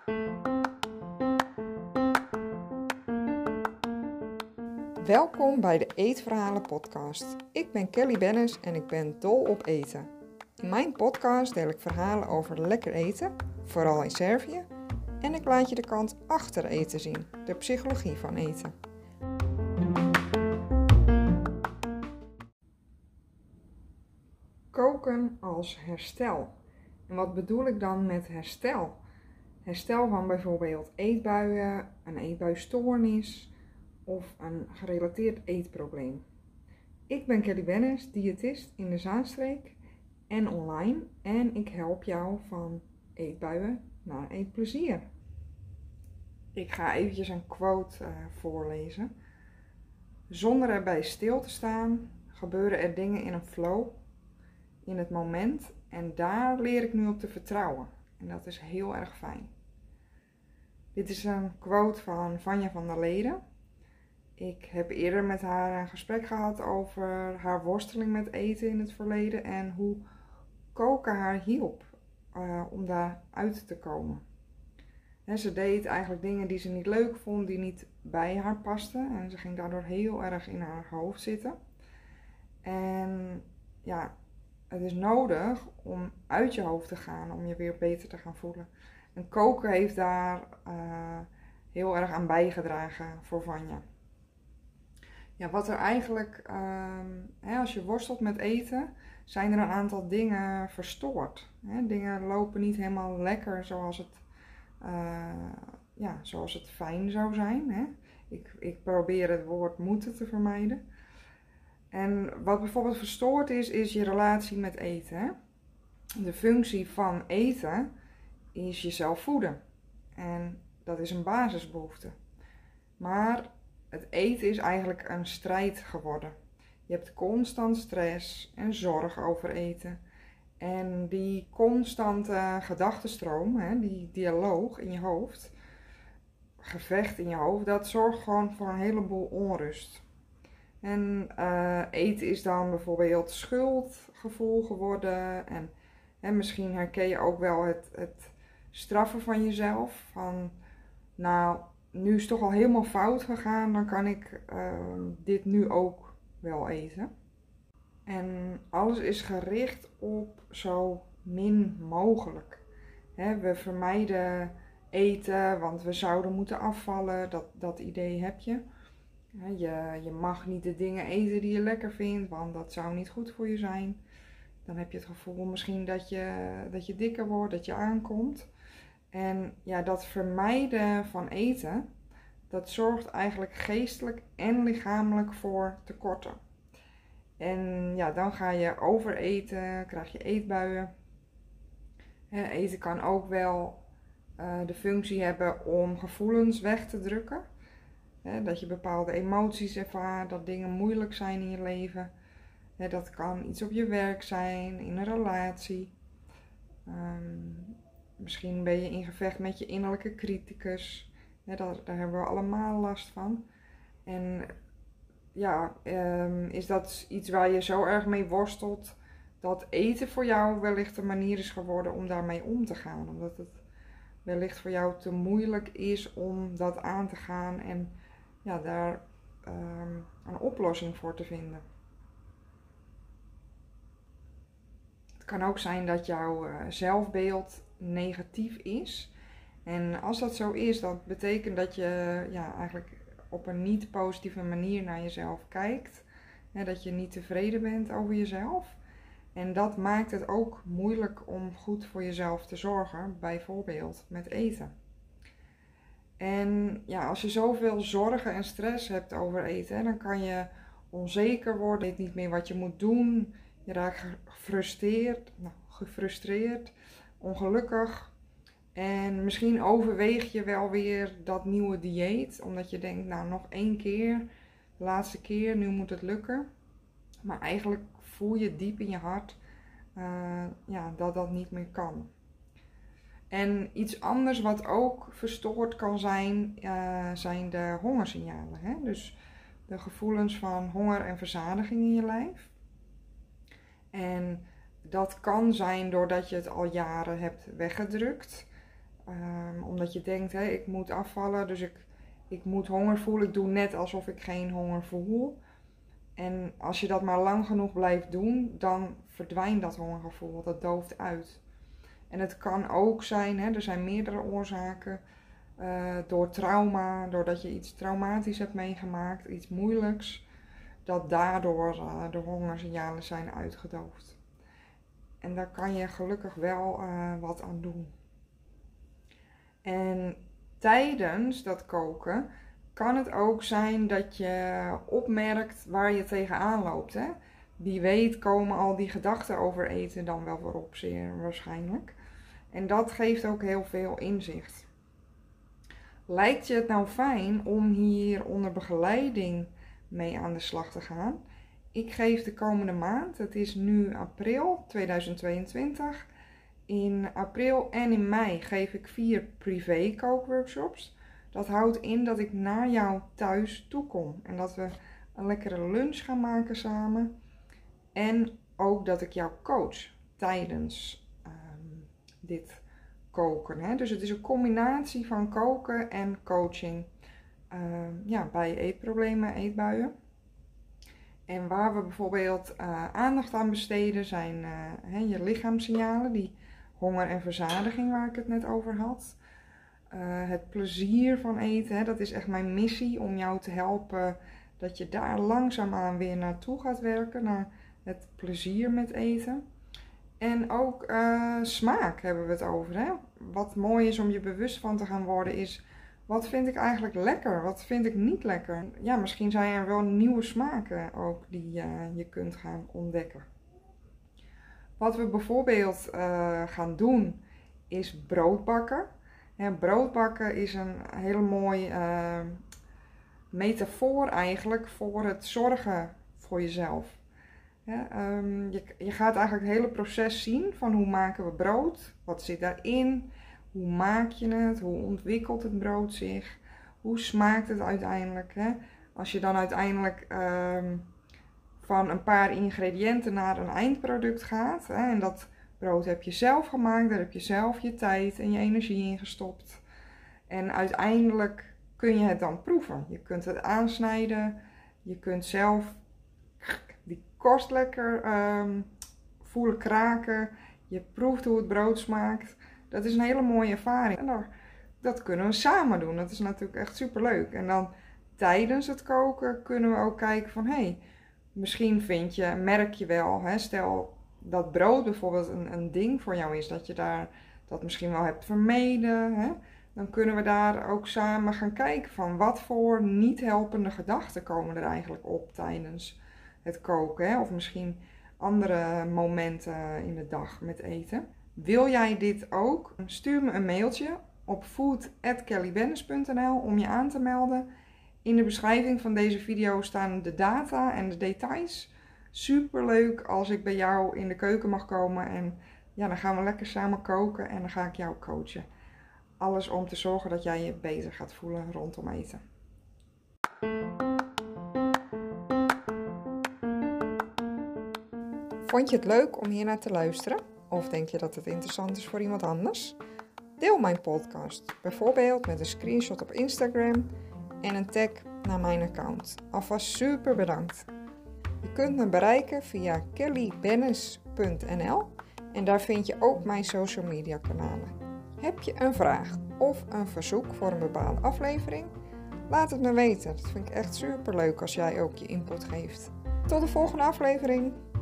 Welkom bij de Eetverhalen podcast. Ik ben Kelly Bennis en ik ben dol op eten. In mijn podcast deel ik verhalen over lekker eten, vooral in Servië. En ik laat je de kant achter eten zien, de psychologie van eten. Koken als herstel. En wat bedoel ik dan met herstel? Herstel van bijvoorbeeld eetbuien, een eetbuisstoornis of een gerelateerd eetprobleem. Ik ben Kelly Bennis, diëtist in de Zaanstreek en online en ik help jou van eetbuien naar eetplezier. Ik ga eventjes een quote voorlezen. Zonder erbij stil te staan gebeuren er dingen in een flow, in het moment, en daar leer ik nu op te vertrouwen. En dat is heel erg fijn. Dit is een quote van Vanja van der Leden. Ik heb eerder met haar een gesprek gehad over haar worsteling met eten in het verleden en hoe koken haar hielp om daar uit te komen. En ze deed eigenlijk dingen die ze niet leuk vond, die niet bij haar pasten. En ze ging daardoor heel erg in haar hoofd zitten. En ja, het is nodig om uit je hoofd te gaan, om je weer beter te gaan voelen. En koken heeft daar heel erg aan bijgedragen voor Vanja. Ja, wat er eigenlijk, als je worstelt met eten, zijn er een aantal dingen verstoord. Dingen lopen niet helemaal lekker zoals het fijn zou zijn. Ik probeer het woord moeten te vermijden. En wat bijvoorbeeld verstoord is je relatie met eten. De functie van eten is jezelf voeden. En dat is een basisbehoefte. Maar het eten is eigenlijk een strijd geworden. Je hebt constant stress en zorg over eten. En die constante gedachtenstroom, die dialoog in je hoofd, gevecht in je hoofd, dat zorgt gewoon voor een heleboel onrust. En eten is dan bijvoorbeeld schuldgevoel geworden. En misschien herken je ook wel het straffen van jezelf. Van, nou, nu is het toch al helemaal fout gegaan, dan kan ik dit nu ook wel eten. En alles is gericht op zo min mogelijk. We vermijden eten, want we zouden moeten afvallen, dat idee heb je. Je mag niet de dingen eten die je lekker vindt, want dat zou niet goed voor je zijn. Dan heb je het gevoel misschien dat je dikker wordt, dat je aankomt. En ja, dat vermijden van eten, dat zorgt eigenlijk geestelijk en lichamelijk voor tekorten. En ja, dan ga je overeten, krijg je eetbuien. Eten kan ook wel de functie hebben om gevoelens weg te drukken. Dat je bepaalde emoties ervaart, dat dingen moeilijk zijn in je leven. Dat kan iets op je werk zijn, in een relatie. Misschien ben je in gevecht met je innerlijke criticus. Daar hebben we allemaal last van. En ja, is dat iets waar je zo erg mee worstelt, dat eten voor jou wellicht een manier is geworden om daarmee om te gaan. Omdat het wellicht voor jou te moeilijk is om dat aan te gaan en ja, daar een oplossing voor te vinden. Het kan ook zijn dat jouw zelfbeeld negatief is. En als dat zo is, dat betekent dat je eigenlijk op een niet positieve manier naar jezelf kijkt. Dat je niet tevreden bent over jezelf. En dat maakt het ook moeilijk om goed voor jezelf te zorgen, bijvoorbeeld met eten. En ja, als je zoveel zorgen en stress hebt over eten, dan kan je onzeker worden, je weet niet meer wat je moet doen. Je raakt gefrustreerd, ongelukkig. En misschien overweeg je wel weer dat nieuwe dieet, omdat je denkt, nou nog 1 keer, de laatste keer, nu moet het lukken. Maar eigenlijk voel je diep in je hart dat dat niet meer kan. En iets anders wat ook verstoord kan zijn, zijn de hongersignalen. Dus de gevoelens van honger en verzadiging in je lijf. En dat kan zijn doordat je het al jaren hebt weggedrukt. Omdat je denkt, ik moet afvallen, dus ik moet honger voelen. Ik doe net alsof ik geen honger voel. En als je dat maar lang genoeg blijft doen, dan verdwijnt dat hongergevoel. Dat dooft uit. En het kan ook zijn, er zijn meerdere oorzaken. Door trauma, doordat je iets traumatisch hebt meegemaakt, iets moeilijks. Dat daardoor de hongersignalen zijn uitgedoofd. En daar kan je gelukkig wel wat aan doen. En tijdens dat koken kan het ook zijn dat je opmerkt waar je tegenaan loopt. Hè? Wie weet komen al die gedachten over eten dan wel weer op, zeer waarschijnlijk. En dat geeft ook heel veel inzicht. Lijkt je het nou fijn om hier onder begeleiding mee aan de slag te gaan? Ik geef de komende maand, het is nu april 2022... In april en in mei geef ik 4 privé kookworkshops. Dat houdt in dat ik naar jou thuis toe kom. En dat we een lekkere lunch gaan maken samen. En ook dat ik jou coach tijdens dit koken. Hè. Dus het is een combinatie van koken en coaching bij eetproblemen, eetbuien. En waar we bijvoorbeeld aandacht aan besteden zijn je lichaamssignalen, die honger en verzadiging waar ik het net over had. Het plezier van eten, dat is echt mijn missie om jou te helpen dat je daar langzaamaan weer naartoe gaat werken, naar het plezier met eten. En ook smaak hebben we het over. Hè? Wat mooi is om je bewust van te gaan worden is, wat vind ik eigenlijk lekker? Wat vind ik niet lekker? Ja, misschien zijn er wel nieuwe smaken ook die je kunt gaan ontdekken. Wat we bijvoorbeeld gaan doen is brood bakken. Brood bakken is een hele mooie metafoor eigenlijk voor het zorgen voor jezelf. Je gaat eigenlijk het hele proces zien van hoe maken we brood, wat zit daarin, hoe maak je het, hoe ontwikkelt het brood zich, hoe smaakt het uiteindelijk. Als je dan uiteindelijk van een paar ingrediënten naar een eindproduct gaat, en dat brood heb je zelf gemaakt, daar heb je zelf je tijd en je energie in gestopt. En uiteindelijk kun je het dan proeven. Je kunt het aansnijden, je kunt zelf die korst lekker voelen kraken, je proeft hoe het brood smaakt. Dat is een hele mooie ervaring. En dat kunnen we samen doen. Dat is natuurlijk echt super leuk. En dan tijdens het koken kunnen we ook kijken van misschien merk je wel, stel dat brood bijvoorbeeld een ding voor jou is, dat je daar dat misschien wel hebt vermeden. Dan kunnen we daar ook samen gaan kijken van wat voor niet helpende gedachten komen er eigenlijk op tijdens het koken. Of misschien andere momenten in de dag met eten. Wil jij dit ook? Stuur me een mailtje op food@kellybennis.nl om je aan te melden. In de beschrijving van deze video staan de data en de details. Super leuk als ik bij jou in de keuken mag komen en dan gaan we lekker samen koken en dan ga ik jou coachen. Alles om te zorgen dat jij je beter gaat voelen rondom eten. Vond je het leuk om hier naar te luisteren? Of denk je dat het interessant is voor iemand anders? Deel mijn podcast, bijvoorbeeld met een screenshot op Instagram en een tag naar mijn account. Alvast super bedankt. Je kunt me bereiken via kellybennis.nl en daar vind je ook mijn social media kanalen. Heb je een vraag of een verzoek voor een bepaalde aflevering? Laat het me weten. Dat vind ik echt super leuk als jij ook je input geeft. Tot de volgende aflevering.